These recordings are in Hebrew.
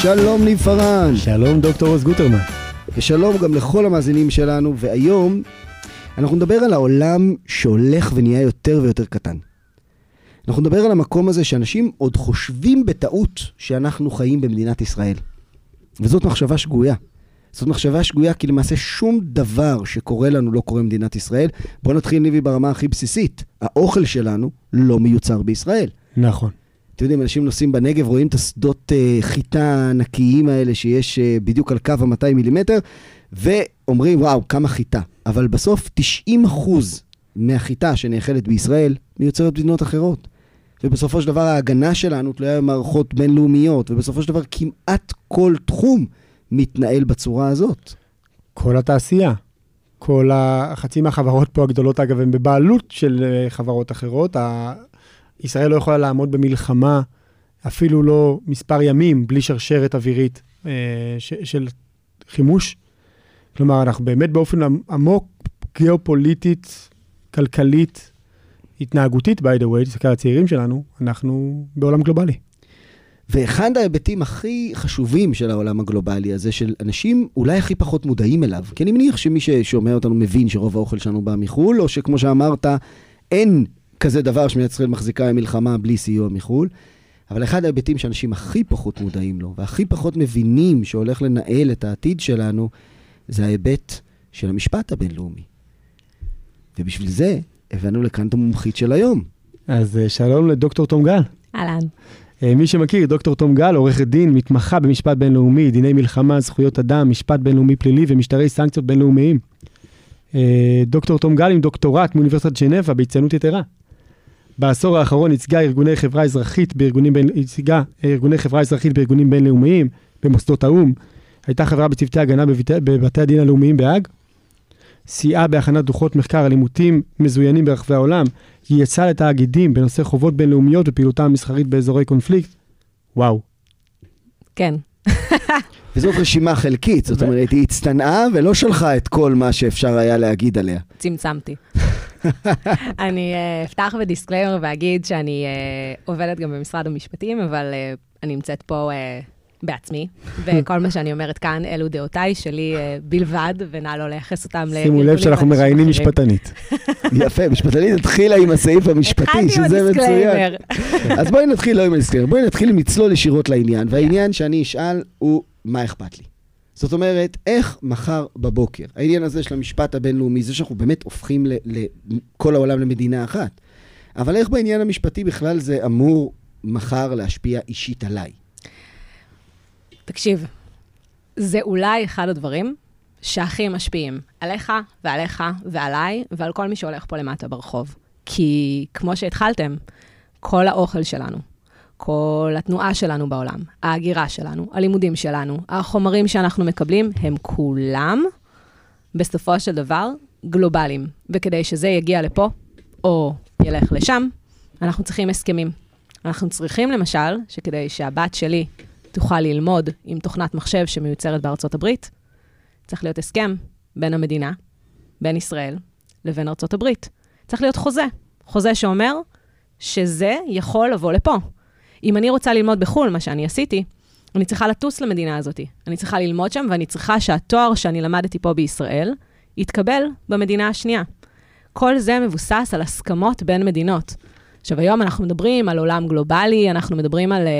שלום ניב פרן. שלום דוקטור עוז גוטרמן. ושלום גם לכל המאזינים שלנו, והיום אנחנו נדבר על העולם שהולך ונהיה יותר ויותר קטן. אנחנו נדבר על המקום הזה שאנשים עוד חושבים בטעות שאנחנו חיים במדינת ישראל. וזאת מחשבה שגויה. זאת מחשבה שגויה כי למעשה שום דבר שקורה לנו לא קורה במדינת ישראל. בוא נתחיל ניבי ברמה הכי בסיסית. האוכל שלנו לא מיוצר בישראל. נכון. אתם יודעים, אנשים נוסעים בנגב, רואים את השדות חיטה ענקיים האלה שיש בדיוק על קו ה-200 מילימטר, ואומרים, וואו, כמה חיטה. אבל בסוף 90% מהחיטה שנאכלת בישראל מיוצרת במדינות אחרות. ובסופו של דבר ההגנה שלנו תלויה במערכות בינלאומיות, ובסופו של דבר כמעט כל תחום מתנהל בצורה הזאת. כל התעשייה. כל חצי מהחברות פה הגדולות, אגב, הן בבעלות של חברות אחרות. ישראל לא יכולה לעמוד במלחמה, אפילו לא מספר ימים, בלי שרשרת אווירית של חימוש. כלומר, אנחנו באמת באופן עמוק, גיאופוליטית, כלכלית, התנהגותית, by the way, תסתכל על הצעירים שלנו, אנחנו בעולם גלובלי. ואחד ההיבטים הכי חשובים של העולם הגלובלי הזה, של אנשים אולי הכי פחות מודעים אליו, כי אני מניח שמי ששומע אותנו מבין שרוב האוכל שלנו בא מחול, או שכמו שאמרת, אין כזה דבר שמדינת ישראל מחזיקה במלחמה בלי סיוע מחול, אבל אחד ההיבטים שאנשים הכי פחות מודעים לו, והכי פחות מבינים שהולך לנהל את העתיד שלנו, זה ההיבט של המשפט הבינלאומי. ובשביל זה הבאנו לכאן את המומחית של היום. אז שלום לדוקטור תום גל. אהלן. מי שמכיר, דוקטור תום גל, עורכת דין, מתמחה במשפט בינלאומי, דיני מלחמה, זכויות אדם, משפט בינלאומי פלילי ומשטרי סנקציות בינלאומיים. דוקטור תום גל עם דוקטורט מאוניברסיטת ז'נבה בהצטיינות יתרה. בעשור האחרון ייצגה ארגוני חברה אזרחית בארגונים בינלאומיים, במוסדות האו"ם. הייתה חברה בצוותי הגנה בבתי הדין הלאומיים בהאג. סייעה בהכנת דוחות מחקר על עימותים מזוינים ברחבי העולם. היא יצאה לתאגידים בנושא חובות בינלאומיות ופעילותם המסחרית באזורי קונפליקט. וואו. כן. וזאת רשימה חלקית, זאת אומרת, היא הצטנעה ולא שלחה את כל מה שאפשר היה להגיד עליה. צמצמתי. אני אפתח בדיסקליימר ואגיד שאני עובדת גם במשרד המשפטים, אבל אני נמצאת פה בעצמי, וכל מה שאני אומרת כאן, אלו דעותיי שלי בלבד, ונא לא לייחס אותם שימו לב שאנחנו מראיינים משפטנית. יפה, משפטנית התחילה עם הסעיף המשפטי, שזה מצוין. אז בואי נתחיל לא עם הדיסקליימר, בואי נתחיל עם לצלול ישירות לעניין, והעניין שאני אשאל הוא, מה אכפת לי? זאת אומרת, איך מחר בבוקר, העניין הזה של המשפט הבינלאומי, זה שאנחנו באמת הופכים לכל העולם למדינה אחת, אבל איך בעניין המשפטי בכלל זה אמור מחר להשפיע אישית עליי? תקשיב, זה אולי אחד הדברים שהכי משפיעים עליך ועליך ועליי ועל כל מי שהולך פה למטה ברחוב. כי כמו שהתחלתם, כל האוכל שלנו, כל התנועה שלנו בעולם, ההגירה שלנו, הלימודים שלנו, החומרים שאנחנו מקבלים, הם כולם בסופו של דבר גלובליים. וכדי שזה יגיע לפה או ילך לשם, אנחנו צריכים הסכמים. אנחנו צריכים למשל, שכדי שהבת שלי תוכל ללמוד עם תוכנת מחשב שמיוצרת בארצות הברית, צריך להיות הסכם בין המדינה, בין ישראל, לבין ארצות הברית. צריך להיות חוזה. חוזה שאומר שזה יכול לבוא לפה. אם אני רוצה ללמוד בחול, מה שאני עשיתי, אני צריכה לטוס למדינה הזאת. אני צריכה ללמוד שם, ואני צריכה שהתואר שאני למדתי פה בישראל, יתקבל במדינה השנייה. כל זה מבוסס על הסכמות בין מדינות. עכשיו, היום אנחנו מדברים על עולם גלובלי, אנחנו מדברים על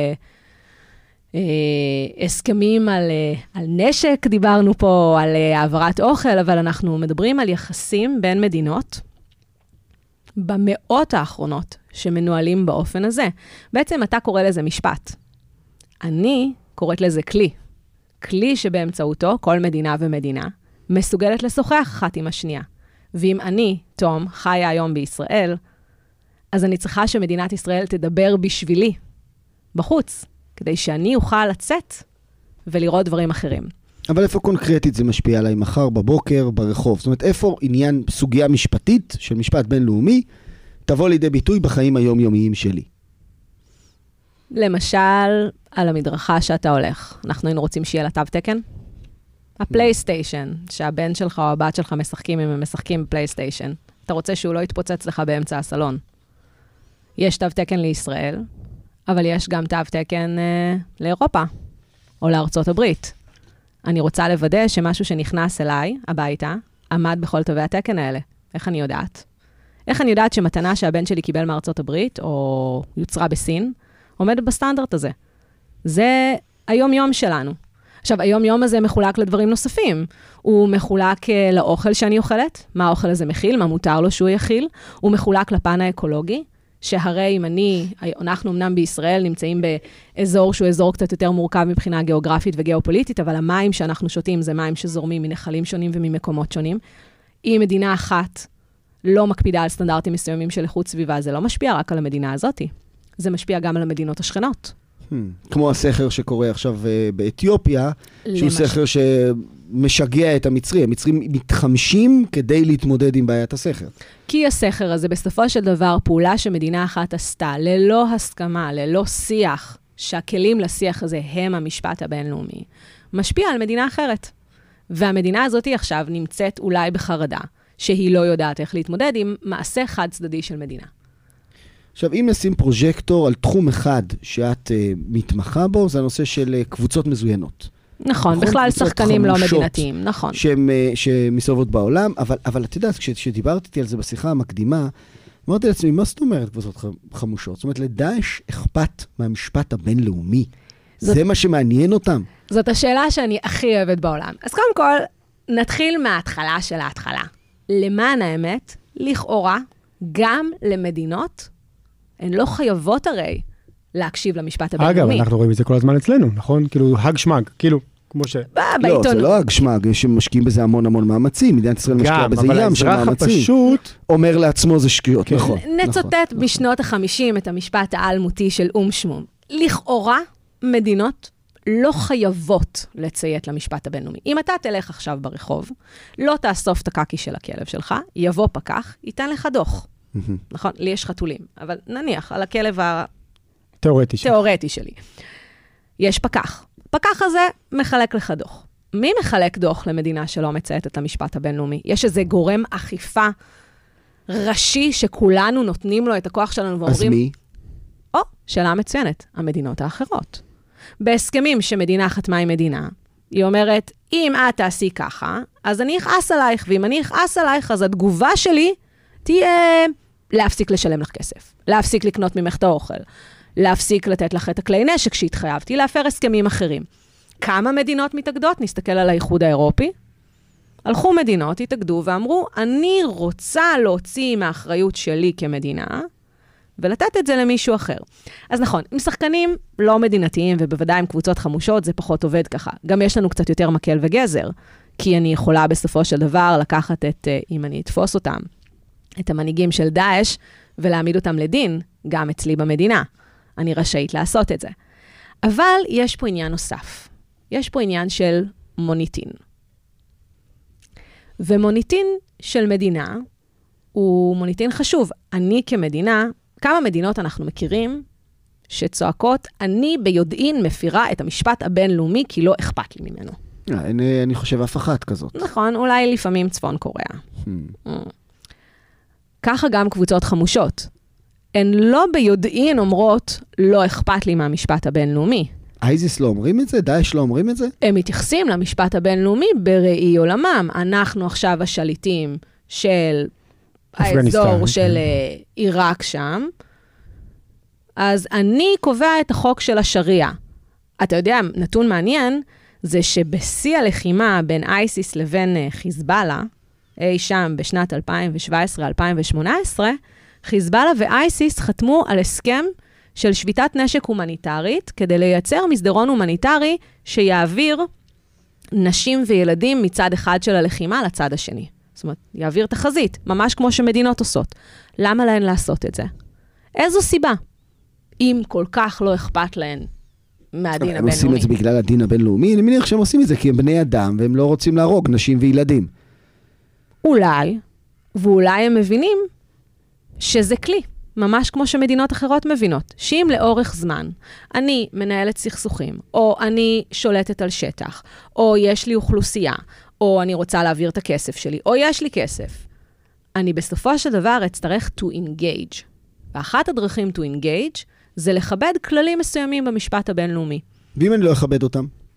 הסכמים על נשק, דיברנו פה על העברת אוכל, אבל אנחנו מדברים על יחסים בין מדינות במאות האחרונות שמנוהלים באופן הזה. בעצם אתה קורא לזה משפט. אני קוראת לזה כלי. כלי שבאמצעותו כל מדינה ומדינה מסוגלת לשוחח אחת עם השנייה. ואם אני, תום, חיה היום בישראל, אז אני צריכה שמדינת ישראל תדבר בשבילי, בחוץ, כדי שאני אוכל לצאת ולראות דברים אחרים. אבל איפה קונקרטית זה משפיע עליי מחר בבוקר ברחוב? זאת אומרת, איפה עניין סוגיה משפטית של משפט בינלאומי תבוא לידי ביטוי בחיים היומיומיים שלי? למשל, על המדרכה שאתה הולך. אנחנו היינו רוצים שיהיה לה תו תקן. הפלייסטיישן, שהבן שלך או הבת שלך משחקים, אם הם משחקים בפלייסטיישן. אתה רוצה שהוא לא יתפוצץ לך באמצע הסלון. יש תו תקן לישראל, אבל יש גם תו תקן לאירופה. או לארצות הברית. אני רוצה לוודא שמשהו שנכנס אליי, הביתה, עמד בכל תווי התקן האלה. איך אני יודעת? איך אני יודעת שמתנה שהבן שלי קיבל מארצות הברית, או יוצרה בסין, עומדת בסטנדרט הזה? זה היום-יום שלנו. עכשיו, היום-יום הזה מחולק לדברים נוספים. הוא מחולק לאוכל שאני אוכלת, מה האוכל הזה מכיל, מה מותר לו שהוא יכיל. הוא מחולק לפן האקולוגי, שהרי אם אנחנו אמנם בישראל נמצאים באזור שהוא אזור קצת יותר מורכב מבחינה גיאוגרפית וגיאופוליטית, אבל המים שאנחנו שותים זה מים שזורמים מנחלים שונים וממקומות שונים. אם מדינה אחת לא מקפידה על סטנדרטים מסוימים של איכות סביבה, זה לא משפיע רק על המדינה הזאת. זה משפיע גם על המדינות השכנות. כמו הסכר שקורה עכשיו באתיופיה, שהוא סכר שמשגע את המצרים. המצרים מתחמשים כדי להתמודד עם בעיית הסכר. כי הסכר הזה בסופו של דבר פעולה שמדינה אחת עשתה, ללא הסכמה, ללא שיח, שהכלים לשיח הזה הם המשפט הבינלאומי, משפיע על מדינה אחרת. והמדינה הזאת עכשיו נמצאת אולי בחרדה, שהיא לא יודעת איך להתמודד עם מעשה חד צדדי של מדינה. עכשיו, אם נשים פרוז'קטור על תחום אחד שאת מתמחה בו, זה הנושא של קבוצות מזוינות. נכון, בכלל שחקנים לא מדינתיים, נכון. שמסתובבות בעולם, אבל את יודעת, כשדיברתי על זה בשיחה המקדימה, אמרתי לעצמי, מה זאת אומרת קבוצות חמושות? זאת אומרת, לדאעש אכפת מהמשפט הבינלאומי. זה מה שמעניין אותם. זאת השאלה שאני הכי אוהבת בעולם. אז קודם כל, נתחיל מההתחלה של ההתחלה. למען האמת, לכאורה, גם למדינות, הן לא חייבות הרי להקשיב למשפט הבינלאומי. אגב, אנחנו רואים את זה כל הזמן אצלנו, נכון? כאילו, הג שמג, כאילו, כמו ש... לא, זה לא הג שמג, יש שמשקיעים בזה המון המון מאמצים, מדינת ישראל משקיעה בזה ים של מאמצים. גם, אבל האזרח הפשוט... אומר לעצמו זה שקיעות, נכון. נצוטט בשנות ה-50 את המשפט האלמותי של שמום. לכאורה, מדינות לא חייבות לציית למשפט הבינלאומי. אם אתה תלך עכשיו ברחוב, לא תאסוף את הקקי של הכלב שלך, יבוא פקח, ייתן לך דוח. נכון? לי יש חתולים, אבל נניח, על הכלב התיאורטי שלי. יש פקח. פקח הזה מחלק לך דוח. מי מחלק דוח למדינה שלא מצייתת את המשפט הבינלאומי? יש איזה גורם אכיפה ראשי שכולנו נותנים לו את הכוח שלנו ואומרים... אז מי? שאלה מצוינת, המדינות האחרות. בהסכמים שמדינה חתמה עם מדינה, היא אומרת, אם את תעשי ככה, אז אני אכעס עלייך, ואם אני אכעס עלייך, אז התגובה שלי תהיה להפסיק לשלם לך כסף, להפסיק לקנות ממך את האוכל, להפסיק לתת לך את הכלי נשק שהתחייבתי, להפר הסכמים אחרים. כמה מדינות מתאגדות? נסתכל על האיחוד האירופי. הלכו מדינות, התאגדו ואמרו, אני רוצה להוציא מהאחריות שלי כמדינה, ולתת את זה למישהו אחר. אז נכון, עם שחקנים לא מדינתיים, ובוודאי עם קבוצות חמושות, זה פחות עובד ככה. גם יש לנו קצת יותר מקל וגזר, כי אני יכולה בסופו של דבר לקחת אם אני אתפוס אותם, את המנהיגים של דאעש, ולהעמיד אותם לדין, גם אצלי במדינה. אני רשאית לעשות את זה. אבל יש פה עניין נוסף. יש פה עניין של מוניטין. ומוניטין של מדינה, הוא מוניטין חשוב. אני כמדינה, כמה מדינות אנחנו מכירים שצועקות, אני ביודעין מפירה את המשפט הבינלאומי, כי לא אכפת לי ממנו. אני חושב אף אחת כזאת. נכון, אולי לפעמים צפון קוריאה. ככה גם קבוצות חמושות. הן לא ביודעין אומרות, לא אכפת לי מהמשפט הבינלאומי. אייזיס לא אומרים את זה? דאעש לא אומרים את זה? הם מתייחסים למשפט הבינלאומי בראי עולמם. אנחנו עכשיו השליטים של האזור של עיראק שם, אז אני קובע את החוק של השריעה. אתה יודע, נתון מעניין, זה שבשיא הלחימה בין אייסיס לבין חיזבאללה, אי שם בשנת 2017-2018, חיזבאללה ואייסיס חתמו על הסכם של שביתת נשק הומניטרית, כדי לייצר מסדרון הומניטרי שיעביר נשים וילדים מצד אחד של הלחימה לצד השני. זאת אומרת, יעביר תחזית, ממש כמו שמדינות עושות. למה להן לעשות את זה? איזו סיבה? אם כל כך לא אכפת להן מהדין הבינלאומי. הם עושים את זה בגלל הדין הבינלאומי? אני מניח שהם עושים את זה כי הם בני אדם, והם לא רוצים להרוג נשים וילדים. אולי, ואולי הם מבינים שזה כלי, ממש כמו שמדינות אחרות מבינות, שאם לאורך זמן אני מנהלת סכסוכים, או אני שולטת על שטח, או יש לי אוכלוסייה, או אני רוצה להעביר את הכסף שלי, או יש לי כסף, אני בסופו של דבר אצטרך to engage. ואחת הדרכים to engage זה לכבד כללים מסוימים במשפט הבינלאומי. ואם אני לא אכבד אותם?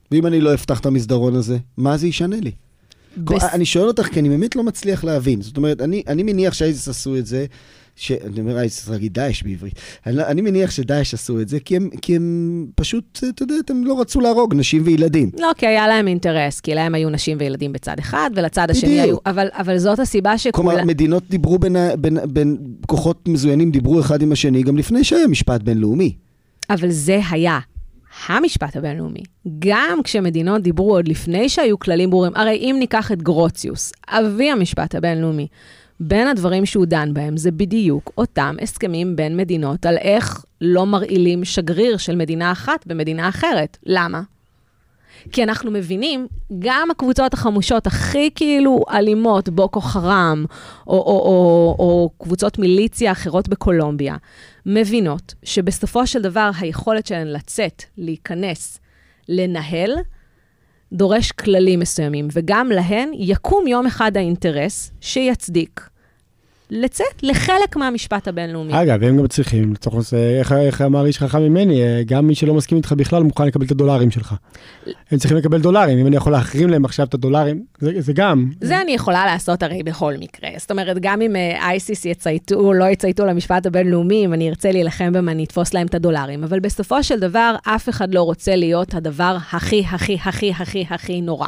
ואם אני לא אפתח את המסדרון הזה, מה זה ישנה לי? אני שואל אותך, כי אני באמת לא מצליח להבין. זאת אומרת, אני מניח שהאיזיס עשו את זה, אני אומר, האיזיס רגיל דאעש בעברית. אני מניח שדאעש עשו את זה, כי הם פשוט, אתה יודע, הם לא רצו להרוג נשים וילדים. לא, כי היה להם אינטרס, כי להם היו נשים וילדים בצד אחד, ולצד השני היו, אבל זאת הסיבה כלומר, מדינות דיברו בין כוחות מזוינים, דיברו אחד עם השני, גם לפני שהיה משפט בינלאומי. אבל זה היה המשפט הבינלאומי. גם כשמדינות דיברו עוד לפני שהיו כללים ברורים, הרי אם ניקח את גרוציוס, אבי המשפט הבינלאומי, בין הדברים שהוא דן בהם, זה בדיוק אותם הסכמים בין מדינות, על איך לא מרעילים שגריר של מדינה אחת במדינה אחרת. למה? כי אנחנו מבינים, גם הקבוצות החמושות הכי כאילו אלימות, בוקו חרם, או קבוצות מיליציה אחרות בקולומביה, מבינות שבסופו של דבר היכולת שלהן לצאת, להיכנס, לנהל, דורש כללים מסוימים, וגם להן יקום יום אחד האינטרס שיצדיק לצאת לחלק מהמשפט הבינלאומי. אגב, הם גם צריכים, איך אמר איש חכם ממני, גם מי שלא מסכים איתך בכלל מוכן לקבל את הדולרים שלך. הם צריכים לקבל דולרים, אם אני יכול להחרים להם עכשיו את הדולרים, זה גם. זה אני יכולה לעשות הרי בכל מקרה. זאת אומרת, גם אם אייסיס יצייתו, לא יצייתו למשפט הבינלאומי, אם אני ארצה להילחם בהם, אני אתפוס להם את הדולרים. אבל בסופו של דבר, אף אחד לא רוצה להיות הדבר הכי נורא.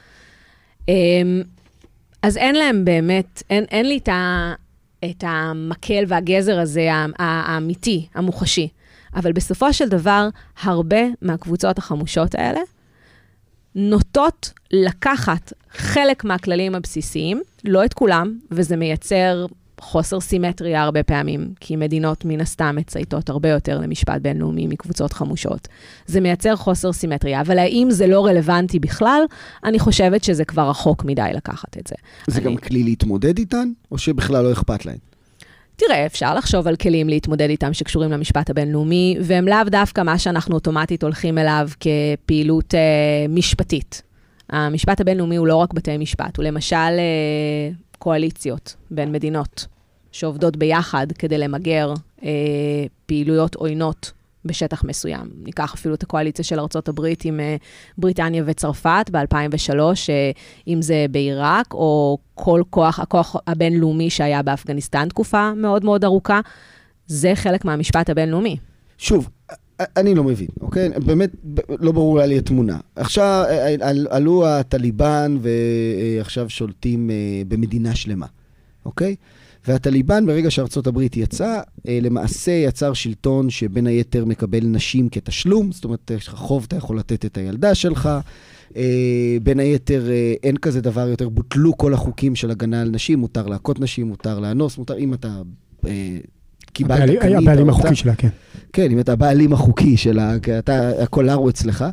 אז אין להם באמת, אין לי את המקל והגזר הזה האמיתי, המוחשי. אבל בסופו של דבר, הרבה מהקבוצות החמושות האלה נוטות לקחת חלק מהכללים הבסיסיים, לא את כולם, וזה מייצר חוסר סימטריה הרבה פעמים, כי מדינות מן הסתם מצייתות הרבה יותר למשפט בינלאומי מקבוצות חמושות. זה מייצר חוסר סימטריה, אבל האם זה לא רלוונטי בכלל? אני חושבת שזה כבר רחוק מדי לקחת את זה. זה גם כלי להתמודד איתן, או שבכלל לא אכפת להן? תראה, אפשר לחשוב על כלים להתמודד איתם שקשורים למשפט הבינלאומי, והם לאו דווקא מה שאנחנו אוטומטית הולכים אליו כפעילות משפטית. המשפט הבינלאומי הוא לא רק בתי משפט, הוא למשל קואליציות בין מדינות שעובדות ביחד כדי למגר פעילויות עוינות בשטח מסוים. ניקח אפילו את הקואליציה של ארצות הברית עם בריטניה וצרפת ב-2003, אם זה בעיראק, או כל הכוח הבינלאומי שהיה באפגניסטן תקופה מאוד מאוד ארוכה, זה חלק מהמשפט הבינלאומי. שוב, אני לא מבין, אוקיי? באמת לא ברור לי התמונה. עכשיו עלו הטליבן ועכשיו שולטים במדינה שלמה, אוקיי? והטליבן ברגע שארצות הברית יצא, למעשה יצר שלטון שבין היתר מקבל נשים כתשלום, זאת אומרת, יש לך חוב, אתה יכול לתת את הילדה שלך, בין היתר אין כזה דבר יותר, בוטלו כל החוקים של הגנה על נשים, מותר להכות נשים, מותר לאנוס, מותר, אם אתה קיבלת קנית, הבעלים החוקי שלה, כן. כן, אם אתה הבעלים החוקי שלה, הקולר הוא אצלך,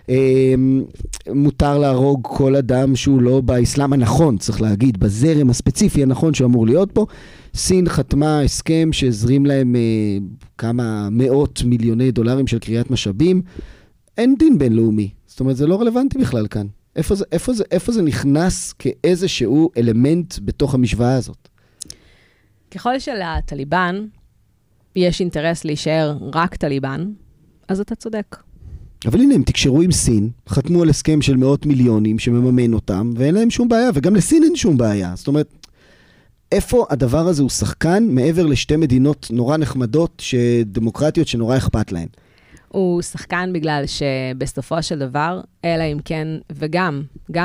מותר להרוג כל אדם שהוא לא באסלאם הנכון, צריך להגיד, בזרם הספציפי הנכון שאמור להיות פה. סין חתמה הסכם שהזרים להם כמה מאות מיליוני דולרים של קריאת משאבים. אין דין בינלאומי, זאת אומרת, זה לא רלוונטי בכלל כאן. איפה זה נכנס כאיזשהו אלמנט בתוך המשוואה הזאת? ככל שלטליבן יש אינטרס להישאר רק טליבן, אז אתה צודק. אבל הנה, הם תקשרו עם סין, חתמו על הסכם של מאות מיליונים שמממן אותם, ואין להם שום בעיה, וגם לסין אין שום בעיה. זאת אומרת, איפה הדבר הזה הוא שחקן מעבר לשתי מדינות נורא נחמדות, דמוקרטיות שנורא אכפת להן? הוא שחקן בגלל שבסופו של דבר, אלא אם כן, וגם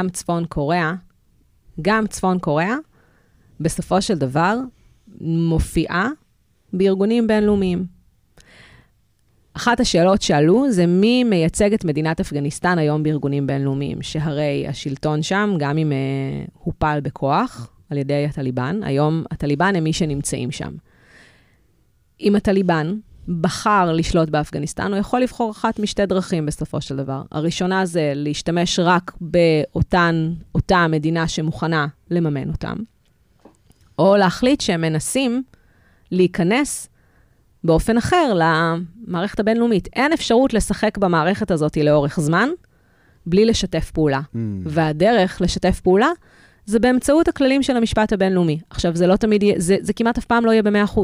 צפון קוריאה, בסופו של דבר, מופיעה בארגונים בינלאומיים. אחת השאלות שעלו זה מי מייצג את מדינת אפגניסטן היום בארגונים בינלאומיים, שהרי השלטון שם, גם אם הופל בכוח על ידי הטליבן, היום הטליבן הם מי שנמצאים שם. אם הטליבן בחר לשלוט באפגניסטן, הוא יכול לבחור אחת משתי דרכים בסופו של דבר. הראשונה זה להשתמש רק באותה המדינה שמוכנה לממן אותם, או להחליט שהם מנסים להיכנס באופן אחר למערכת הבינלאומית. אין אפשרות לשחק במערכת הזאת לאורך זמן, בלי לשתף פעולה. והדרך לשתף פעולה, זה באמצעות הכללים של המשפט הבינלאומי. עכשיו, זה לא תמיד, זה כמעט אף פעם לא יהיה ב100%.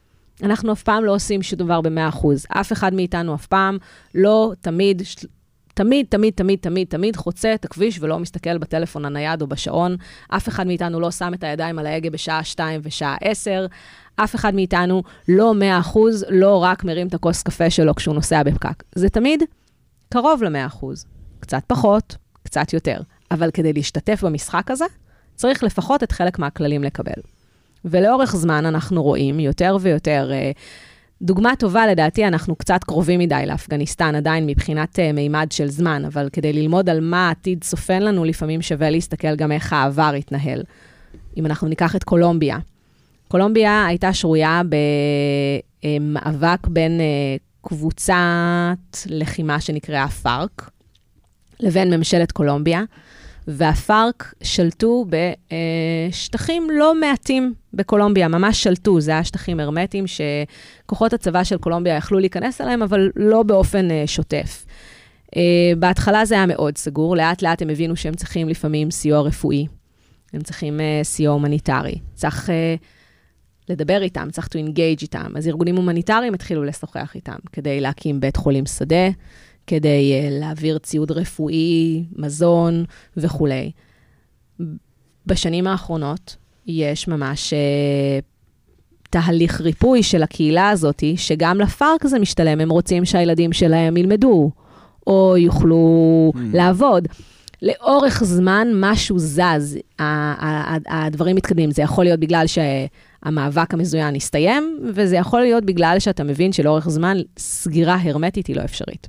אנחנו אף פעם לא עושים שום דבר ב100%. אף אחד מאיתנו אף פעם לא תמיד תמיד, תמיד, תמיד, תמיד, תמיד חוצה את הכביש ולא מסתכל בטלפון הנייד או בשעון. אף אחד מאיתנו לא שם את הידיים על ההגה בשעה 2 ושעה 10. אף אחד מאיתנו לא 100%, לא רק מרים את הכוס קפה שלו כשהוא נוסע בפקק. זה תמיד קרוב ל100%. קצת פחות, קצת יותר. אבל כדי להשתתף במשחק הזה, צריך לפחות את חלק מהכללים לקבל. ולאורך זמן אנחנו רואים יותר ויותר, דוגמה טובה לדעתי, אנחנו קצת קרובים מדי לאפגניסטן, עדיין מבחינת מימד של זמן, אבל כדי ללמוד על מה העתיד סופן לנו, לפעמים שווה להסתכל גם איך העבר התנהל. אם אנחנו ניקח את קולומביה. קולומביה הייתה שרויה במאבק בין קבוצת לחימה שנקראה פארק, לבין ממשלת קולומביה, והפארק שלטו בשטחים לא מעטים בקולומביה, ממש שלטו, זה היה שטחים הרמטיים שכוחות הצבא של קולומביה יכלו להיכנס אליהם, אבל לא באופן שוטף. בהתחלה זה היה מאוד סגור, לאט לאט הם הבינו שהם צריכים לפעמים סיוע רפואי, הם צריכים סיוע הומניטרי, צריך לדבר איתם, צריך to engage איתם, אז ארגונים הומניטריים התחילו לשוחח איתם, כדי להקים בית חולים שדה, כדי להעביר ציוד רפואי, מזון וכו'. בשנים האחרונות יש ממש תהליך ריפוי של הקהילה הזאת, שגם לפארק זה משתלם, הם רוצים שהילדים שלהם ילמדו, או יוכלו לעבוד. לאורך זמן משהו זז, הדברים מתקדמים. זה יכול להיות בגלל שהמאבק המזוין הסתיים, וזה יכול להיות בגלל שאתה מבין שלאורך זמן סגירה הרמטית היא לא אפשרית.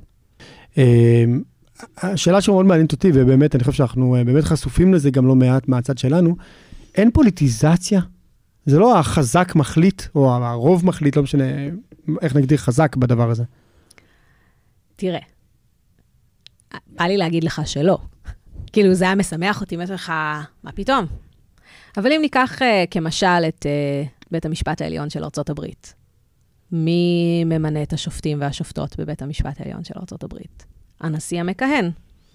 השאלה שמאוד מעניינת אותי, ובאמת, אני חושב שאנחנו באמת חשופים לזה גם לא מעט מהצד שלנו, אין פוליטיזציה? זה לא החזק מחליט, או הרוב מחליט, לא משנה איך נגדיר חזק בדבר הזה. תראה, בא לי להגיד לך שלא. כאילו זה היה משמח אותי, אומרת לך, מה פתאום? אבל אם ניקח כמשל את בית המשפט העליון של ארצות הברית, מי ממנה את השופטים והשופטות בבית המשפט העליון של ארצות הברית? הנשיא המכהן.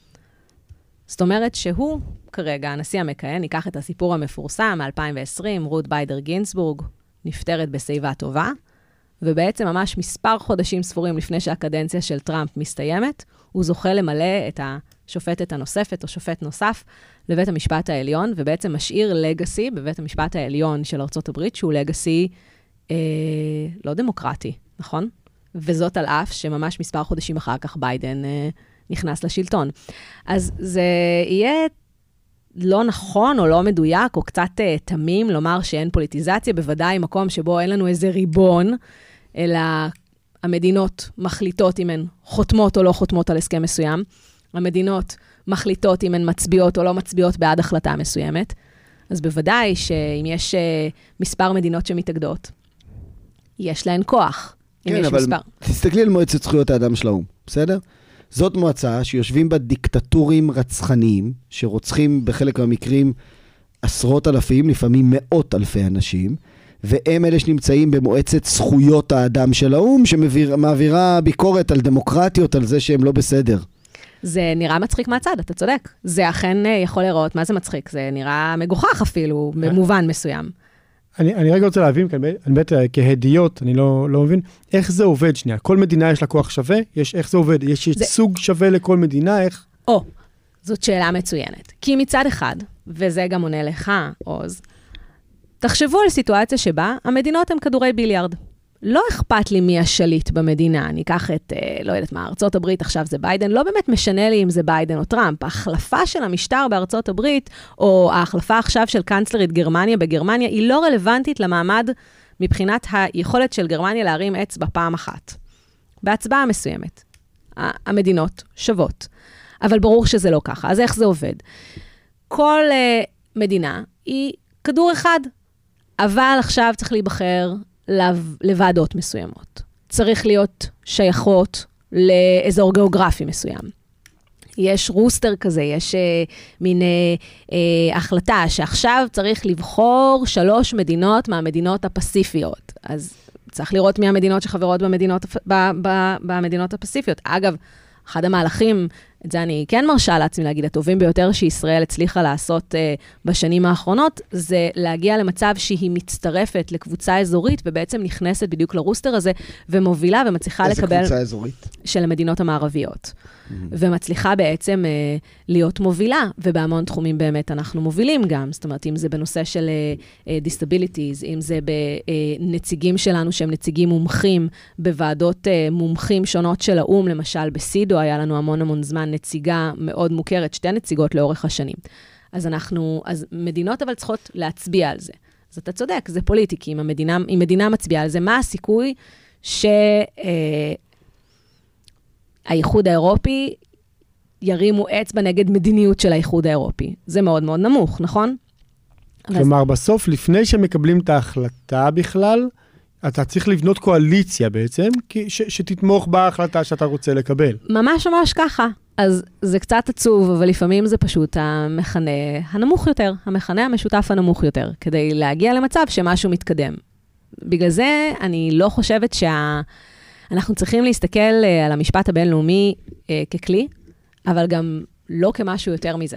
זאת אומרת שהוא כרגע, הנשיא המכהן, ניקח את הסיפור המפורסם מ-2020, רות ביידר גינסבורג, נפטרת בשיבה טובה, ובעצם ממש מספר חודשים ספורים לפני שהקדנציה של טראמפ מסתיימת, הוא זוכה למלא את השופטת הנוספת או שופט נוסף לבית המשפט העליון, ובעצם משאיר לגאסי בבית המשפט העליון של ארצות הברית, שהוא לגאסי לא דמוקרטי, נכון? וזאת על אף שממש מספר חודשים אחר כך ביידן נכנס לשלטון. אז זה יהיה לא נכון או לא מדויק, או קצת תמים לומר שאין פוליטיזציה, בוודאי מקום שבו אין לנו איזה ריבון, אלא המדינות מחליטות אם הן חותמות או לא חותמות על הסכם מסוים, המדינות מחליטות אם הן מצביעות או לא מצביעות בעד החלטה מסוימת, אז בוודאי שאם יש מספר מדינות שמתאגדות, יש להן כוח. כן, אבל תסתכלי על מועצת זכויות האדם של האו"ם, בסדר? זאת מועצה שיושבים בה דיקטטורים רצחניים, שרוצחים בחלק מהמקרים עשרות אלפים, לפעמים מאות אלפי אנשים, והם אלה שנמצאים במועצת זכויות האדם של האו"ם, שמעבירה ביקורת על דמוקרטיות, על זה שהם לא בסדר. זה נראה מצחיק מהצד, אתה צודק. זה אכן יכול לראות, מה זה מצחיק? זה נראה מגוחך אפילו, במובן מסוים. אני רגע רוצה להבין, באמת כהדיות, אני לא מבין, איך זה עובד שנייה? כל מדינה יש לה כוח שווה? איך זה עובד? יש ייצוג שווה לכל מדינה? איך? זאת שאלה מצוינת. כי מצד אחד, וזה גם עונה לך, עוז, תחשבו על סיטואציה שבה המדינות הן כדורי ביליארד. לא אכפת לי מי השליט במדינה, אני אקח את, לא יודעת מה, ארצות הברית עכשיו זה ביידן, לא באמת משנה לי אם זה ביידן או טראמפ. ההחלפה של המשטר בארצות הברית, או ההחלפה עכשיו של קנצלרית גרמניה בגרמניה, היא לא רלוונטית למעמד מבחינת היכולת של גרמניה להרים אצבע פעם אחת. בהצבעה מסוימת. המדינות שוות. אבל ברור שזה לא ככה. אז איך זה עובד? כל מדינה היא כדור אחד, אבל עכשיו צריך להיבחר לוועדות מסוימות. צריך להיות שייכות לאזור גיאוגרפי מסוים. יש רוסטר כזה, יש מין החלטה שעכשיו צריך לבחור 3 מדינות מהמדינות הפסיפיות. אז צריך לראות מי המדינות שחברות במדינות הפסיפיות. אגב, אחד המהלכים את זה אני כן מרשה לעצמי להגיד, הטובים ביותר שישראל הצליחה לעשות בשנים האחרונות, זה להגיע למצב שהיא מצטרפת לקבוצה אזורית, ובעצם נכנסת בדיוק לרוסטר הזה, ומובילה ומצליחה לקבל... איזה קבוצה אזורית? של המדינות המערביות. ומצליחה בעצם להיות מובילה, ובהמון תחומים באמת אנחנו מובילים גם, זאת אומרת, אם זה בנושא של disabilities, אם זה בנציגים שלנו שהם נציגים מומחים, בוועדות מומחים שונות של האום, למשל בסידו היה לנו המון זמן נציגה מאוד מוכרת, 2 נציגות לאורך השנים. אז מדינות אבל צריכות להצביע על זה. אז אתה צודק, זה פוליטי, כי אם מדינה מצביעה על זה, מה הסיכוי האיחוד האירופי ירימו אצבע נגד מדיניות של האיחוד האירופי. זה מאוד מאוד נמוך, נכון? כלומר, בסוף, לפני שמקבלים את ההחלטה בכלל, אתה צריך לבנות קואליציה בעצם, שתתמוך בהחלטה שאתה רוצה לקבל. ממש ככה. אז זה קצת עצוב, אבל לפעמים זה פשוט המכנה הנמוך יותר, המכנה המשותף הנמוך יותר, כדי להגיע למצב שמשהו מתקדם. בגלל זה אני לא חושבת אנחנו צריכים להסתכל על המשפט הבינלאומי ככלי, אבל גם לא כמשהו יותר מזה.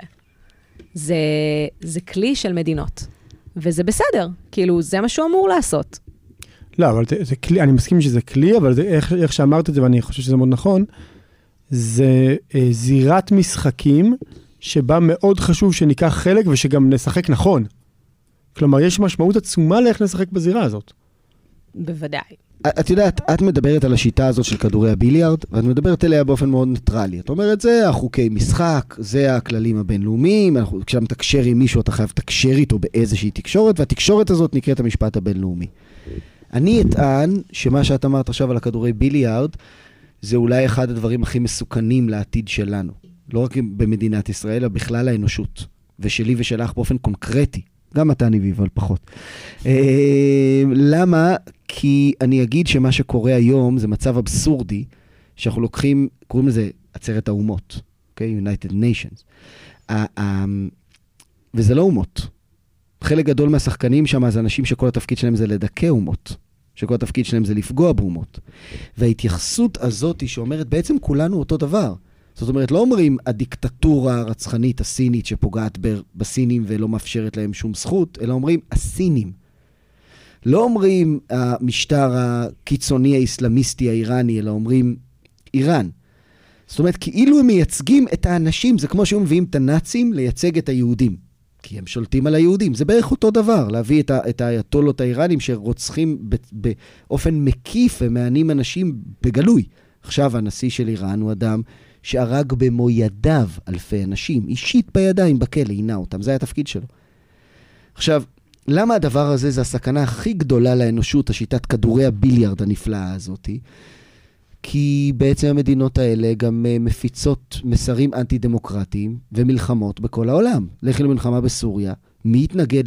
זה כלי של מדינות, וזה בסדר, כאילו זה מה שהוא אמור לעשות. לא, אבל זה כלי, אני מסכים שזה כלי, אבל זה, איך שאמרת את זה, ואני חושב שזה מאוד נכון, זה זירת משחקים שבה מאוד חשוב שניקח חלק ושגם נשחק נכון. כלומר, יש משמעות עצומה לאיך נשחק בזירה הזאת. בוודאי. את יודעת, את מדברת על השיטה הזאת של כדורי הביליארד, ואת מדברת עליה באופן מאוד ניטרלי. את אומרת, זה החוקי משחק, זה הכללים הבינלאומיים, כשאתה מתקשר עם מישהו, אתה חייב לתקשר איתו באיזושהי תקשורת, והתקשורת הזאת נקראת המשפט הבינלאומי. אני אטען שמה שאת אמרת עכשיו על הכדורי ביליארד, זה אולי אחד הדברים הכי מסוכנים לעתיד שלנו. לא רק במדינת ישראל, אלא בכלל האנושות. ושלי ושלך באופן קונקרטי. גם אתה ניבי, אבל פחות. למה? כי אני אגיד שמה שקורה היום זה מצב אבסורדי, שאנחנו לוקחים, קוראים לזה עצרת האומות, אוקיי? United Nations. וזה לא אומות. חלק גדול מהשחקנים שם זה אנשים שכל התפקיד שלהם זה לדכא אומות. שכל התפקיד שלהם זה לפגוע באומות. וההתייחסות הזאת היא שאומרת, בעצם כולנו אותו דבר. זאת אומרת, לא אומרים הדיקטטורה הרצחנית הסינית שפוגעת בסינים ולא מאפשרת להם שום זכות, אלא אומרים הסינים. לא אומרים המשטר הקיצוני האסלאמיסטי האיראני, אלא אומרים איראן. זאת אומרת, כאילו הם מייצגים את האנשים, זה כמו שהם מביאים את הנאצים לייצג את היהודים. כי הם שולטים על היהודים. זה בערך אותו דבר, להביא את האייתולות האיראנים שרוצחים באופן מקיף ומענים אנשים בגלוי. עכשיו הנשיא של איראן הוא אדם שהרג במו ידיו אלפי אנשים, אישית בידיים בכלא, עינה אותם, זה היה התפקיד שלו. עכשיו, למה הדבר הזה זה הסכנה הכי גדולה לאנושות, השיטת כדורי הביליארד הנפלאה הזאת? כי בעצם המדינות האלה גם מפיצות מסרים אנטי-דמוקרטיים ומלחמות בכל העולם. לכי למלחמה בסוריה, מי יתנגד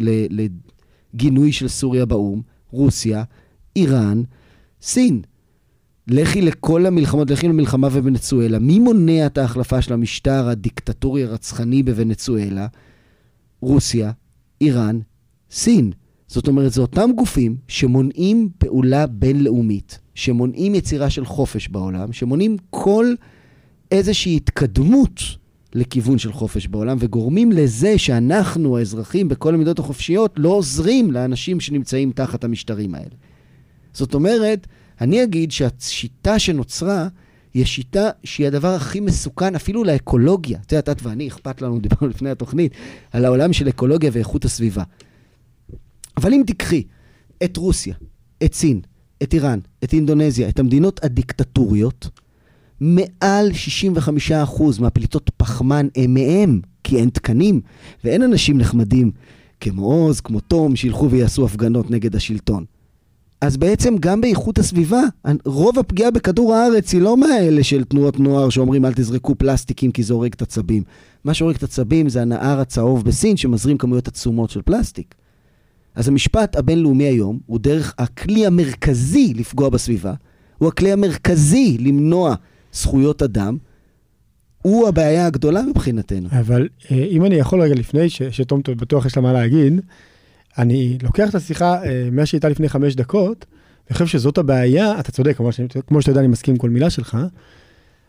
לגינוי של סוריה באום? רוסיה, איראן, סין. לכי לכל המלחמות, לכי למלחמה בוונצואלה. מי מונע את ההחלפה של המשטר הדיקטטורי הרצחני בוונצואלה? רוסיה, איראן, סין. זאת אומרת, זה אותם גופים שמונעים פעולה בינלאומית, שמונעים יצירה של חופש בעולם, שמונעים כל איזושהי התקדמות לכיוון של חופש בעולם, וגורמים לזה שאנחנו, האזרחים, בכל המדינות החופשיות, לא עוזרים לאנשים שנמצאים תחת המשטרים האלה. זאת אומרת, אני אגיד שהשיטה שנוצרה, היא השיטה שהיא הדבר הכי מסוכן, אפילו לאקולוגיה. אתה יודעת, את ואני, אכפת לנו, דיברנו לפני התוכנית, על העולם של אקולוגיה ואיכות הסביבה. אבל אם תקחי את רוסיה, את סין, את איראן, את אינדונזיה, את המדינות הדיקטטוריות, מעל 65% מהפליטות פחמן הם מהם, כי אין תקנים, ואין אנשים נחמדים כמו עוז, כמו תום, שילכו ויעשו הפגנות נגד השלטון. אז בעצם גם באיכות הסביבה, רוב הפגיעה בכדור הארץ היא לא מהאלה של תנועות נוער שאומרים אל תזרקו פלסטיקים כי זה הורג את עצבים. מה שהורג את עצבים זה הנהר הצהוב בסין שמזרים כמויות עצומות של פלסטיק. אז המשפט הבינלאומי היום הוא דרך הכלי המרכזי לפגוע בסביבה, הוא הכלי המרכזי למנוע זכויות אדם, הוא הבעיה הגדולה מבחינתנו. אבל אם אני יכול רגע לפני, שתום בטוח יש לה מה להגיד, אני לוקח את השיחה מה שהייתה לפני 5 דקות, ואני חושב שזאת הבעיה, אתה צודק, כמו שאתה יודע, אני מסכים עם כל מילה שלך,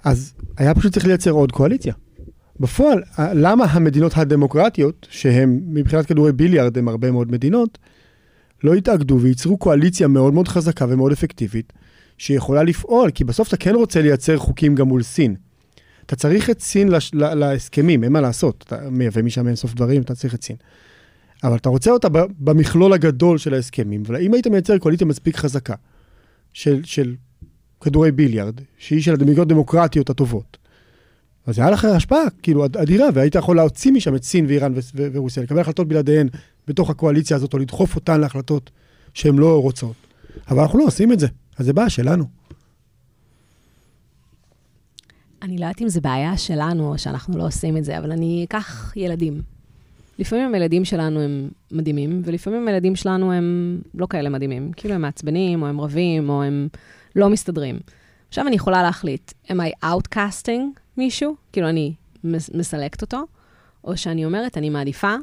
אז היה פשוט צריך לייצר עוד קואליציה. בפועל, למה המדינות הדמוקרטיות, שהן מבחינת כדורי ביליארד, הן הרבה מאוד מדינות, לא התאגדו וייצרו קואליציה מאוד מאוד חזקה ומאוד אפקטיבית, שיכולה לפעול, כי בסוף אתה כן רוצה לייצר חוקים גם מול סין. אתה צריך את סין להסכמים, אין מה לעשות. אתה מייבא משם אין סוף דברים, אתה צריך את סין. אבל אתה רוצה אותה במכלול הגדול של ההסכמים, ואם היית מייצר קואליציה מספיק חזקה, של כדורי ביליארד, שהיא של המדינות דמוקרטיות הטובות, אז היה לך השפעה, כאילו, אדירה, והיית יכול להוציא משם את סין ואיראן ורוסיה, לקבל החלטות בלעדיהן בתוך הקואליציה הזאת, או לדחוף אותן להחלטות שהן לא רוצות. אבל אנחנו לא עושים את זה, אז זה בעיה שלנו. אני לא יודעת אם זה בעיה שלנו, או שאנחנו לא עושים את זה, אבל אני אקח ילדים. לפעמים הילדים שלנו הם מדהימים, ולפעמים הילדים שלנו הם לא כאלה מדהימים. כאילו הם מעצבנים, או הם רבים, או הם לא מסתדרים. עכשיו אני יכולה להחליט, am I outcasting מישהו? כאילו אני מסלקת אותו, או שאני אומרת, אני מעדיפה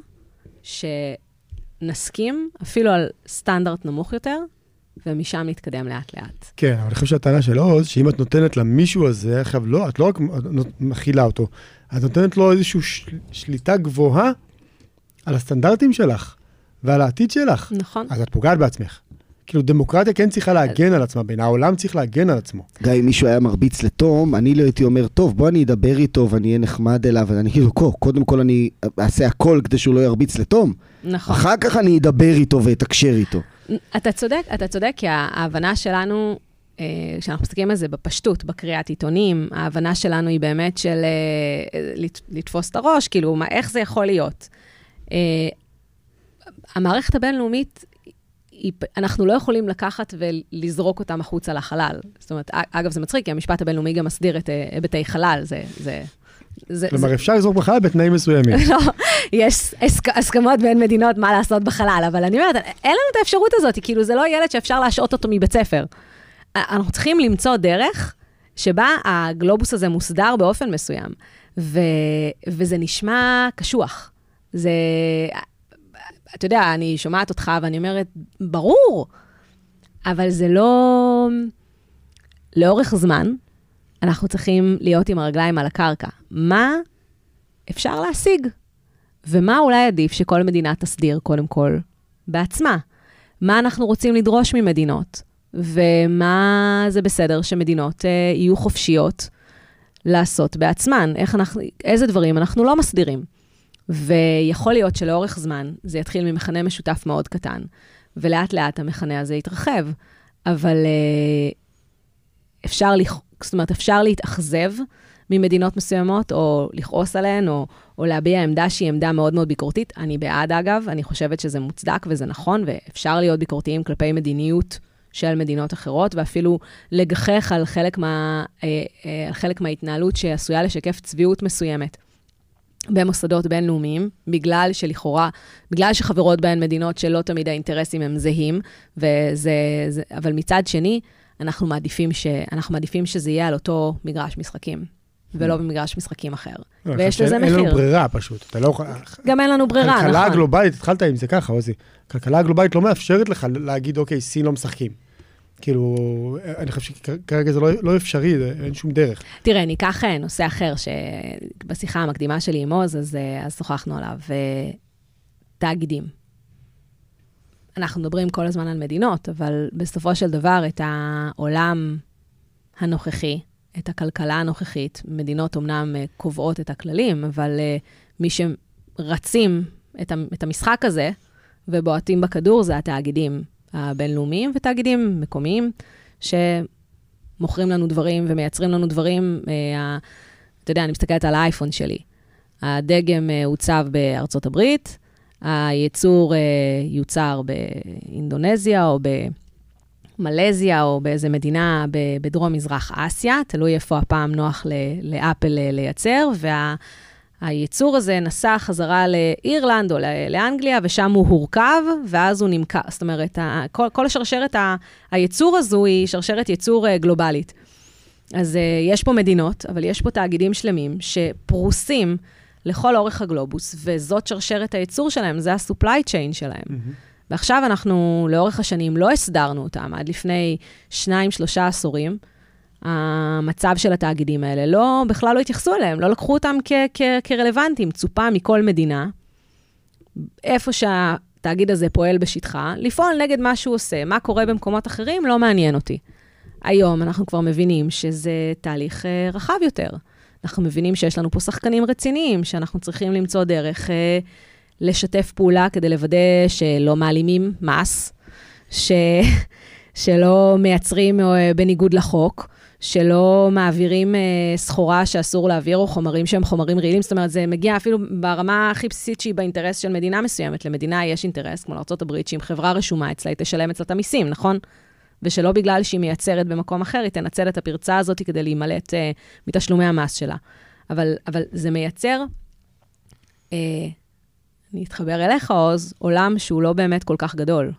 שנסכים אפילו על סטנדרט נמוך יותר, ומשם נתקדם לאט לאט. כן, אבל אני חושב שהטענה של עוז, שאם את נותנת למישהו הזה, עכשיו לא, את לא רק מכילה אותו, את נותנת לו איזושהי שליטה גבוהה על הסטנדרטים שלך, ועל העתיד שלך. נכון. אז את פוגעת בעצמך. כאילו, דמוקרטיה כן צריכה להגן על עצמה, בין העולם צריך להגן על עצמו. גם אם מישהו היה מרביץ לתום, אני לא הייתי אומר, טוב, בוא אני אדבר איתו, ואני אהיה נחמד אליו, ואני כאילו, קודם כל אני אעשה הכל כדי שהוא לא ירביץ לתום. נכון. אחר כך אני אדבר איתו ואתקשר איתו. אתה צודק, כי ההבנה שלנו, כשאנחנו מסתכלים על זה בפשטות, בקריאת עיתונים, ההבנה שלנו היא באמת של לתפוס את הראש, כאילו, איך זה יכול להיות? המערכת הבינלאומית, אנחנו לא יכולים לקחת ולזרוק אותם החוצה לחלל. זאת אומרת, אגב, זה מצחיק, כי המשפט הבינלאומי גם מסדיר את היבטי חלל. כלומר, אפשר לזרוק בחלל בתנאים מסוימים. לא, יש הסכמות בין מדינות מה לעשות בחלל, אבל אני אומרת, אין לנו את האפשרות הזאת, כאילו זה לא ילד שאפשר להשעות אותו מבית ספר. אנחנו צריכים למצוא דרך שבה הגלובוס הזה מוסדר באופן מסוים, וזה נשמע קשוח. זה... אתה יודע, אני שומעת אותך ואני אומרת, ברור, אבל זה לא... לאורך זמן, אנחנו צריכים להיות עם הרגליים על הקרקע. מה אפשר להשיג? ומה אולי עדיף שכל מדינה תסדיר קודם כל בעצמה? מה אנחנו רוצים לדרוש ממדינות? ומה זה בסדר שמדינות יהיו חופשיות לעשות בעצמן? איזה דברים אנחנו לא מסדירים? ויכול להיות שלאורך זמן זה יתחיל ממכנה משותף מאוד קטן, ולאט לאט המכנה הזה יתרחב, אבל אפשר להתאכזב ממדינות מסוימות, או לכעוס עליהן, או להביע עמדה שהיא עמדה מאוד מאוד ביקורתית. אני בעד, אגב, אני חושבת שזה מוצדק וזה נכון, ואפשר להיות ביקורתיים כלפי מדיניות של מדינות אחרות, ואפילו לגחך על חלק מההתנהלות שעשויה לשקף צביעות מסוימת. במוסדות בינלאומיים, בגלל שחברות בהן מדינות שלא תמיד האינטרסים הם זהים, אבל מצד שני, אנחנו מעדיפים שזה יהיה על אותו מגרש משחקים, ולא במגרש משחקים אחר. ויש לזה מחיר. אין לנו ברירה פשוט. גם אין לנו ברירה, נכון. כלכלה הגלובלית, התחלת עם זה ככה, עוזי. כלכלה הגלובלית לא מאפשרת לך להגיד, אוקיי, סין לא משחקים. כאילו, אני חושב שכרגע זה לא אפשרי, אין שום דרך. תראה, ניקח נושא אחר, שבשיחה המקדימה שלי עם עוז, אז שוחחנו עליו, תאגידים. אנחנו מדברים כל הזמן על מדינות, אבל בסופו של דבר, את העולם הנוכחי, את הכלכלה הנוכחית, מדינות אומנם קובעות את הכללים, אבל מי שרצים את המשחק הזה, ובועטים בכדור, זה התאגידים הבינלאומיים ותאגידים מקומיים, שמוכרים לנו דברים ומייצרים לנו דברים. אתה יודע, אני מסתכלת על האייפון שלי. הדגם הוצב בארצות הברית, הייצור יוצר באינדונזיה או במלזיה או באיזה מדינה בדרום מזרח אסיה, תלוי איפה הפעם נוח לאפל לייצר, הייצור הזה נסע חזרה לאירלנד או לאנגליה, ושם הוא הורכב, ואז הוא נמכר. זאת אומרת, כל השרשרת, הייצור הזו היא שרשרת ייצור גלובלית. אז יש פה מדינות, אבל יש פה תאגידים שלמים שפרוסים לכל אורך הגלובוס, וזאת שרשרת הייצור שלהם, זה ה-supply chain שלהם. ועכשיו אנחנו לאורך השנים לא הסדרנו אותם, עד לפני 2-3 עשורים, המצב של התאגידים האלה, בכלל לא התייחסו אליהם, לא לקחו אותם כרלוונטיים, צופה מכל מדינה, איפה שהתאגיד הזה פועל בשטחה, לפעול נגד מה שהוא עושה, מה קורה במקומות אחרים, לא מעניין אותי. היום אנחנו כבר מבינים שזה תהליך רחב יותר. אנחנו מבינים שיש לנו פה שחקנים רציניים, שאנחנו צריכים למצוא דרך לשתף פעולה כדי לוודא שלא מעלימים מס, שלא מייצרים בניגוד לחוק, שלא מעבירים סחורה שאסור להעביר, או חומרים שהם חומרים רעילים. זאת אומרת, זה מגיע אפילו ברמה הכי בסיסית שהיא באינטרס של מדינה מסוימת. למדינה יש אינטרס, כמו לארצות הברית, שאם חברה רשומה אצלה, היא תשלם אצלה את המיסים, נכון? ושלא בגלל שהיא מייצרת במקום אחר, היא תנצל את הפרצה הזאת כדי להימלט מתשלומי המס שלה. אבל זה מייצר, אני אתחבר אליך, עוז, עולם שהוא לא באמת כל כך גדול.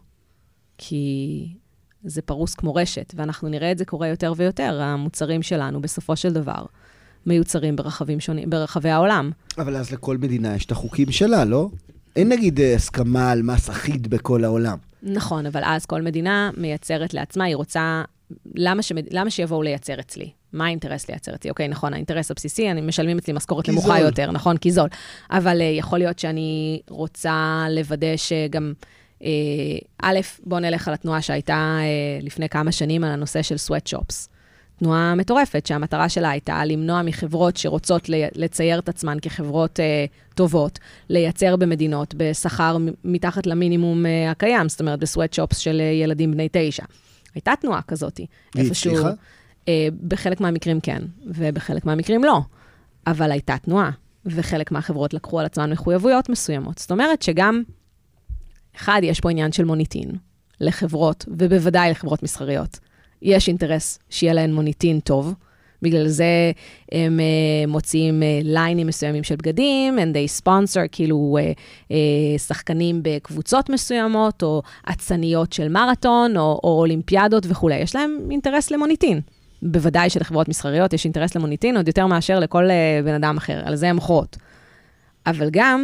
כי זה פרוס כמו רשת, ואנחנו נראה את זה קורה יותר ויותר. המוצרים שלנו, בסופו של דבר, מיוצרים ברחבי העולם. אבל אז לכל מדינה יש את החוקים שלה, לא? אין נגיד הסכמה על מס אחיד בכל העולם. נכון, אבל אז כל מדינה מייצרת לעצמה, היא רוצה, למה שיבואו לייצר אצלי? מה האינטרס לייצר אצלי? אוקיי, נכון, האינטרס הבסיסי, אני משלמים אצלי משכורת נמוכה יותר, נכון, כי זול. אבל יכול להיות שאני רוצה לוודא שגם, א', בוא נלך על התנועה שהייתה לפני כמה שנים על הנושא של sweatshops. תנועה מטורפת, שהמטרה שלה הייתה למנוע מחברות שרוצות לצייר את עצמן כחברות טובות, לייצר במדינות בשכר מתחת למינימום הקיים, זאת אומרת, בסווטשופס של ילדים בני 9. הייתה תנועה כזאת. היא הצליחה? בחלק מהמקרים כן, ובחלק מהמקרים לא. אבל הייתה תנועה, וחלק מהחברות לקחו על עצמן מחויבויות מסוימות. זאת אומרת שגם, אחד, יש פה עניין של מוניטין לחברות, ובוודאי לחברות מסחריות. יש אינטרס שיהיה להן מוניטין טוב, בגלל זה הם מוציאים ליינים מסוימים של בגדים, and they sponsor כאילו שחקנים בקבוצות מסוימות, או עצניות של מרתון, או אולימפיאדות וכו'. יש להם אינטרס למוניטין. בוודאי שלחברות מסחריות יש אינטרס למוניטין, עוד יותר מאשר לכל בן אדם אחר. על זה הן מוכרות. אבל גם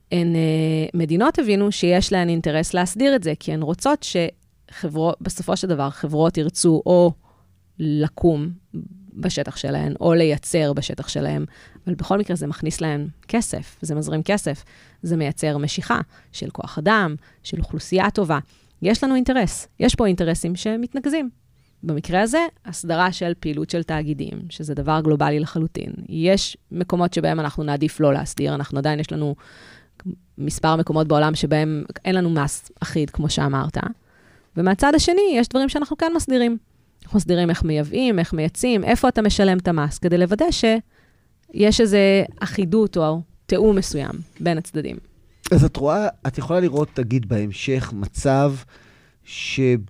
מדינות הבינו שיש להן אינטרס להסדיר את זה, כי הן רוצות בסופו של דבר, חברות ירצו או לקום בשטח שלהן, או לייצר בשטח שלהן, אבל בכל מקרה זה מכניס להן כסף, זה מזרים כסף, זה מייצר משיכה של כוח אדם, של אוכלוסייה טובה. יש לנו אינטרס, יש פה אינטרסים שמתנגזים. במקרה הזה, הסדרה של פעילות של תאגידים, שזה דבר גלובלי לחלוטין. יש מקומות שבהם אנחנו נעדיף לא להסדיר, אנחנו עדיין יש לנו מספר מקומות בעולם שבהם אין לנו מס אחיד, כמו שאמרת. ומהצד השני, יש דברים שאנחנו כאן מסדירים. אנחנו מסדירים איך מייבאים, איך מייצאים, איפה אתה משלם את המס, כדי לוודא שיש איזו אחידות או תיאום מסוים בין הצדדים. אז את רואה, את יכולה לראות, תגיד בהמשך, מצב שבית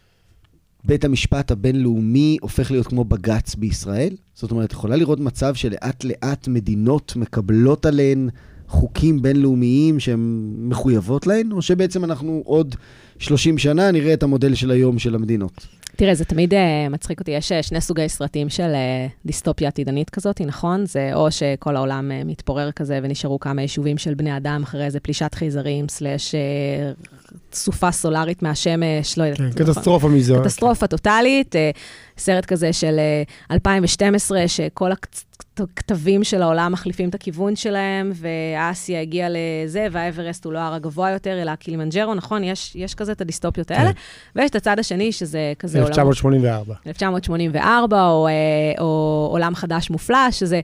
המשפט הבינלאומי הופך להיות כמו בג"ץ בישראל? זאת אומרת, יכולה לראות מצב שלאט לאט מדינות מקבלות עליהן חוקים בינלאומיים שהן מחויבות להן, או שבעצם אנחנו עוד 30 שנה נראה את המודל של היום של המדינות? תראה, זה תמיד מצחיק אותי, יש שני סוגי סרטים של דיסטופיה עתידנית כזאת, נכון? זה או שכל העולם מתפורר כזה ונשארו כמה יישובים של בני אדם, אחרי איזה פלישת חייזרים, סלש סופה סולארית מהשמש, לא יודעת. כן, קטסטרופה מזו. קטסטרופה טוטלית, סרט כזה של 2012, שכל הכתבים של העולם מחליפים את הכיוון שלהם, והאסיה הגיעה לזה, והאברסט הוא לא הר הגבוה יותר, אלא קילימנג'רו, נכון? יש כזה את הדיסטופיות האלה, ויש את הצד השני, שזה כזה 1984. 1984, או עולם חדש מופלא, שזה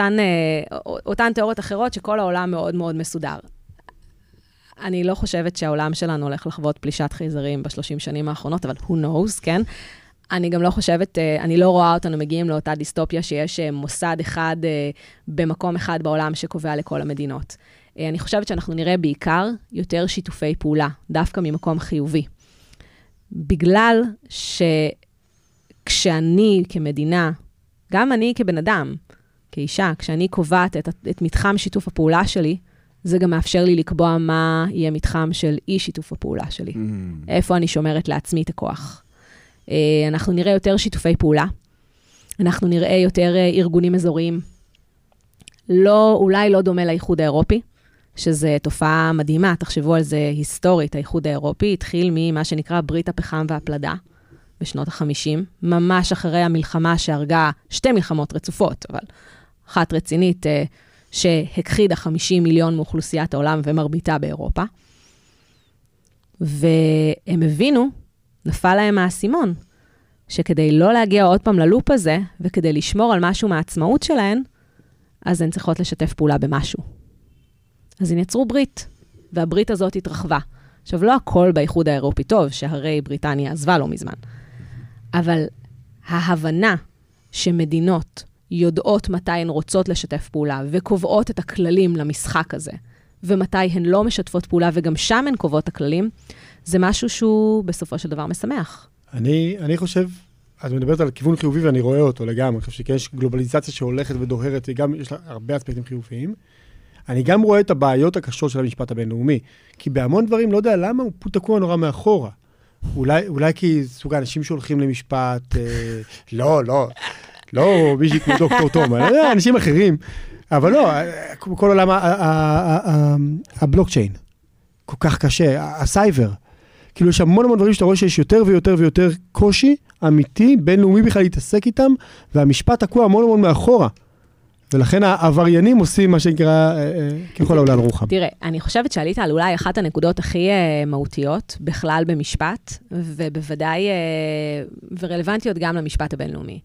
אותן תיאוריות אחרות, שכל העולם מאוד מאוד מסודר. אני לא חושבת שהעולם שלנו הולך לחוות פלישת חייזרים ב-30 שנים האחרונות, אבל who knows, כן? אני גם לא חושבת, אני לא רואה אותנו מגיעים לאותה דיסטופיה שיש מוסד אחד במקום אחד בעולם שקובע לכל המדינות. אני חושבת שאנחנו נראה בעיקר יותר שיתופי פעולה, דווקא ממקום חיובי. בגלל שכשאני כמדינה, גם אני כבן אדם, כאישה, כשאני קובעת את מתחם שיתוף הפעולה שלי, זה גם מאפשר לי לקבוע מה יהיה מתחם של אי שיתוף הפעולה שלי. איפה אני שומרת לעצמי את הכוח. אנחנו נראה יותר שיתופי פעולה, אנחנו נראה יותר ארגונים אזוריים, אולי לא דומה לאיחוד האירופי, שזו תופעה מדהימה, תחשבו על זה היסטורית, האיחוד האירופי התחיל ממה שנקרא ברית הפחם והפלדה, בשנות ה-50, ממש אחרי המלחמה שהרגה 2 מלחמות רצופות, אבל אחת רצינית שהכחידה 50 מיליון מאוכלוסיית העולם ומרביתה באירופה. והם הבינו, נפל להם האסימון, שכדי לא להגיע עוד פעם ללופ הזה, וכדי לשמור על משהו מהעצמאות שלהן, אז הן צריכות לשתף פעולה במשהו. אז הן יצרו ברית, והברית הזאת התרחבה. עכשיו, לא הכל באיחוד האירופי טוב, שהרי בריטניה עזבה לא מזמן. אבל ההבנה שמדינות יודעות מתי הן רוצות לשתף פעולה, וקובעות את הכללים למשחק הזה, ומתי הן לא משתפות פעולה, וגם שם הן קובעות הכללים, זה משהו שהוא בסופו של דבר משמח. אני חושב, את מדברת על כיוון חיובי ואני רואה אותו לגמרי, אני חושב שיש גלובליזציה שהולכת ודוהרת, וגם יש לה הרבה אספקטים חיוביים. אני גם רואה את הבעיות הקשות של המשפט הבינלאומי, כי בהמון דברים לא יודע למה הוא תקוע נורא מאחורה. אולי כי סוג האנשים שהולכים למשפט, לא מישהי כמו דוקטור תום, אנשים אחרים, אבל לא, כל עולם הבלוקצ'יין, כל כך קשה, הסייבר, כאילו יש המון דברים שאתה רואה שיש יותר ויותר ויותר קושי אמיתי, בינלאומי בכלל להתעסק איתם, והמשפט תקוע המון מאחורה. ולכן העבריינים עושים מה שנקרא ככל העולה על רוחם. תראה, אני חושבת שעלית על אולי אחת הנקודות הכי מהותיות בכלל במשפט, ובוודאי, ורלוונטיות גם למשפט הבינלאומי.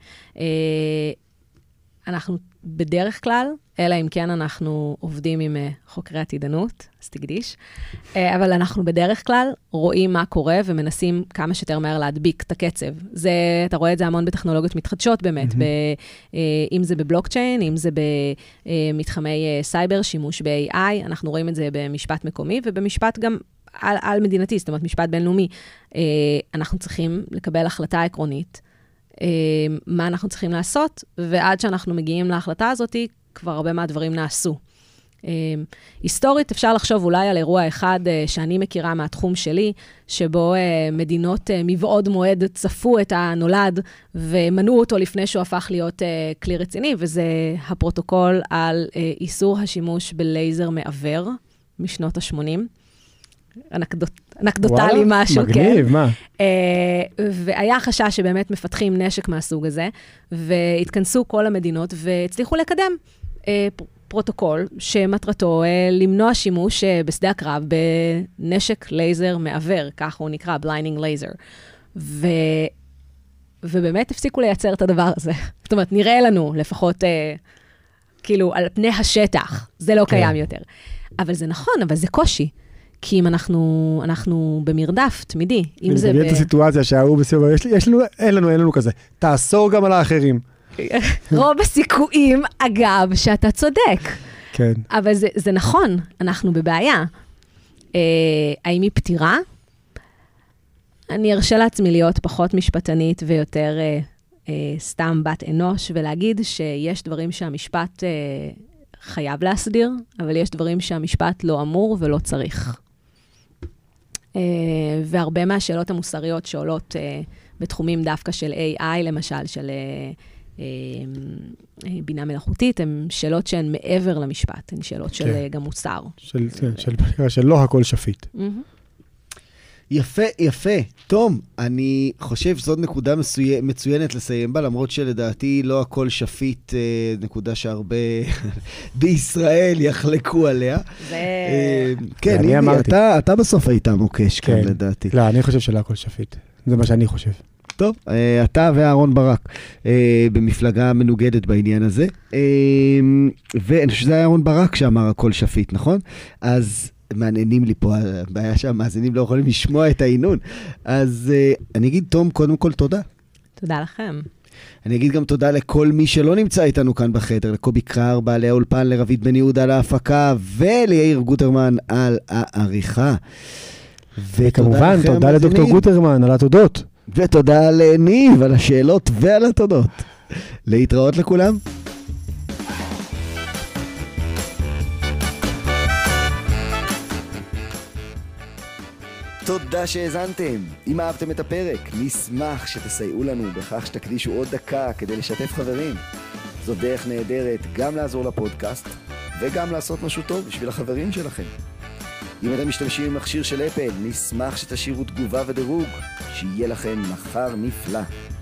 אנחנו בדרך כלל, אלא אם כן אנחנו עובדים עם חוקרי עתידנות, אז תקדיש, אבל אנחנו בדרך כלל רואים מה קורה ומנסים כמה שיותר מהר להדביק את הקצב. אתה רואה את זה המון בטכנולוגיות מתחדשות באמת, אם זה בבלוקצ'יין, אם זה במתחמי סייבר, שימוש ב-AI, אנחנו רואים את זה במשפט מקומי ובמשפט גם על מדינתי, זאת אומרת משפט בינלאומי. אנחנו צריכים לקבל החלטה עקרונית, מה אנחנו צריכים לעשות, ועד שאנחנו מגיעים להחלטה הזאת, כבר הרבה מהדברים נעשו. היסטורית אפשר לחשוב אולי על אירוע אחד שאני מכירה מהתחום שלי, שבו מדינות מבעוד מועד צפו את הנולד, ומנעו אותו לפני שהוא הפך להיות כלי רציני, וזה הפרוטוקול על איסור השימוש בלייזר מעבר, משנות ה-80. אנקדוטלי משהו, מגניב, כן. מה? והיה חשש שבאמת מפתחים נשק מהסוג הזה, והתכנסו כל המדינות והצליחו לקדם פרוטוקול שמטרתו למנוע שימוש בשדה הקרב בנשק לייזר מעבר, כך הוא נקרא, blinding laser. ובאמת הפסיקו לייצר את הדבר הזה. זאת אומרת, נראה לנו לפחות כאילו על פני השטח, זה לא קיים יותר. אבל זה נכון, אבל זה קושי. כי אם אנחנו במרדף תמידי, אם זה... את הסיטואציה שההוא בסביבה, אין לנו כזה. תאסור גם על האחרים. רוב הסיכויים, אגב, שאתה צודק. כן. אבל זה נכון, אנחנו בבעיה. האם היא פתירה? אני ארשה לעצמי להיות פחות משפטנית ויותר סתם בת אנוש, ולהגיד שיש דברים שהמשפט חייב להסדיר, אבל יש דברים שהמשפט לא אמור ולא צריך. והרבה מהשאלות המוסריות שעולות בתחומים דווקא של AI, למשל, של בינה מלאכותית, הן שאלות שהן מעבר למשפט, הן שאלות של גם מוסר. של לא הכל שפיט. יפה, יפה. תום, אני חושב שזאת נקודה מצוינת לסיים בה, למרות שלדעתי לא הכל שפיט, נקודה שהרבה בישראל יחלקו עליה. כן, אתה בסוף היית מוקש כאן, לדעתי. לא, אני חושב שלא הכל שפיט. זה מה שאני חושב. טוב, אתה ואהרון ברק במפלגה מנוגדת בעניין הזה, ואני חושב שזה היה אהרון ברק שאמר הכל שפיט, נכון? אז... מעניינים לי פה, הבעיה שהמאזינים לא יכולים לשמוע את העינון. אז אני אגיד, תום, קודם כל תודה. תודה לכם. אני אגיד גם תודה לכל מי שלא נמצא איתנו כאן בחדר, לקובי קרר, בעלי האולפן, לרבית בן יהודה על ההפקה, וליאיר גוטרמן על העריכה. וכמובן, תודה לדוקטור גוטרמן על התודות. ותודה לניב על השאלות ועל התודות. להתראות לכולם. תודה שהאזנתם. אם אהבתם את הפרק, נשמח שתסייעו לנו בכך שתקדישו עוד דקה כדי לשתף חברים. זו דרך נהדרת גם לעזור לפודקאסט וגם לעשות משהו טוב בשביל החברים שלכם. אם אתם משתמשים במכשיר של אפל, נשמח שתשאירו תגובה ודירוג. שיהיה לכם מחר נפלא.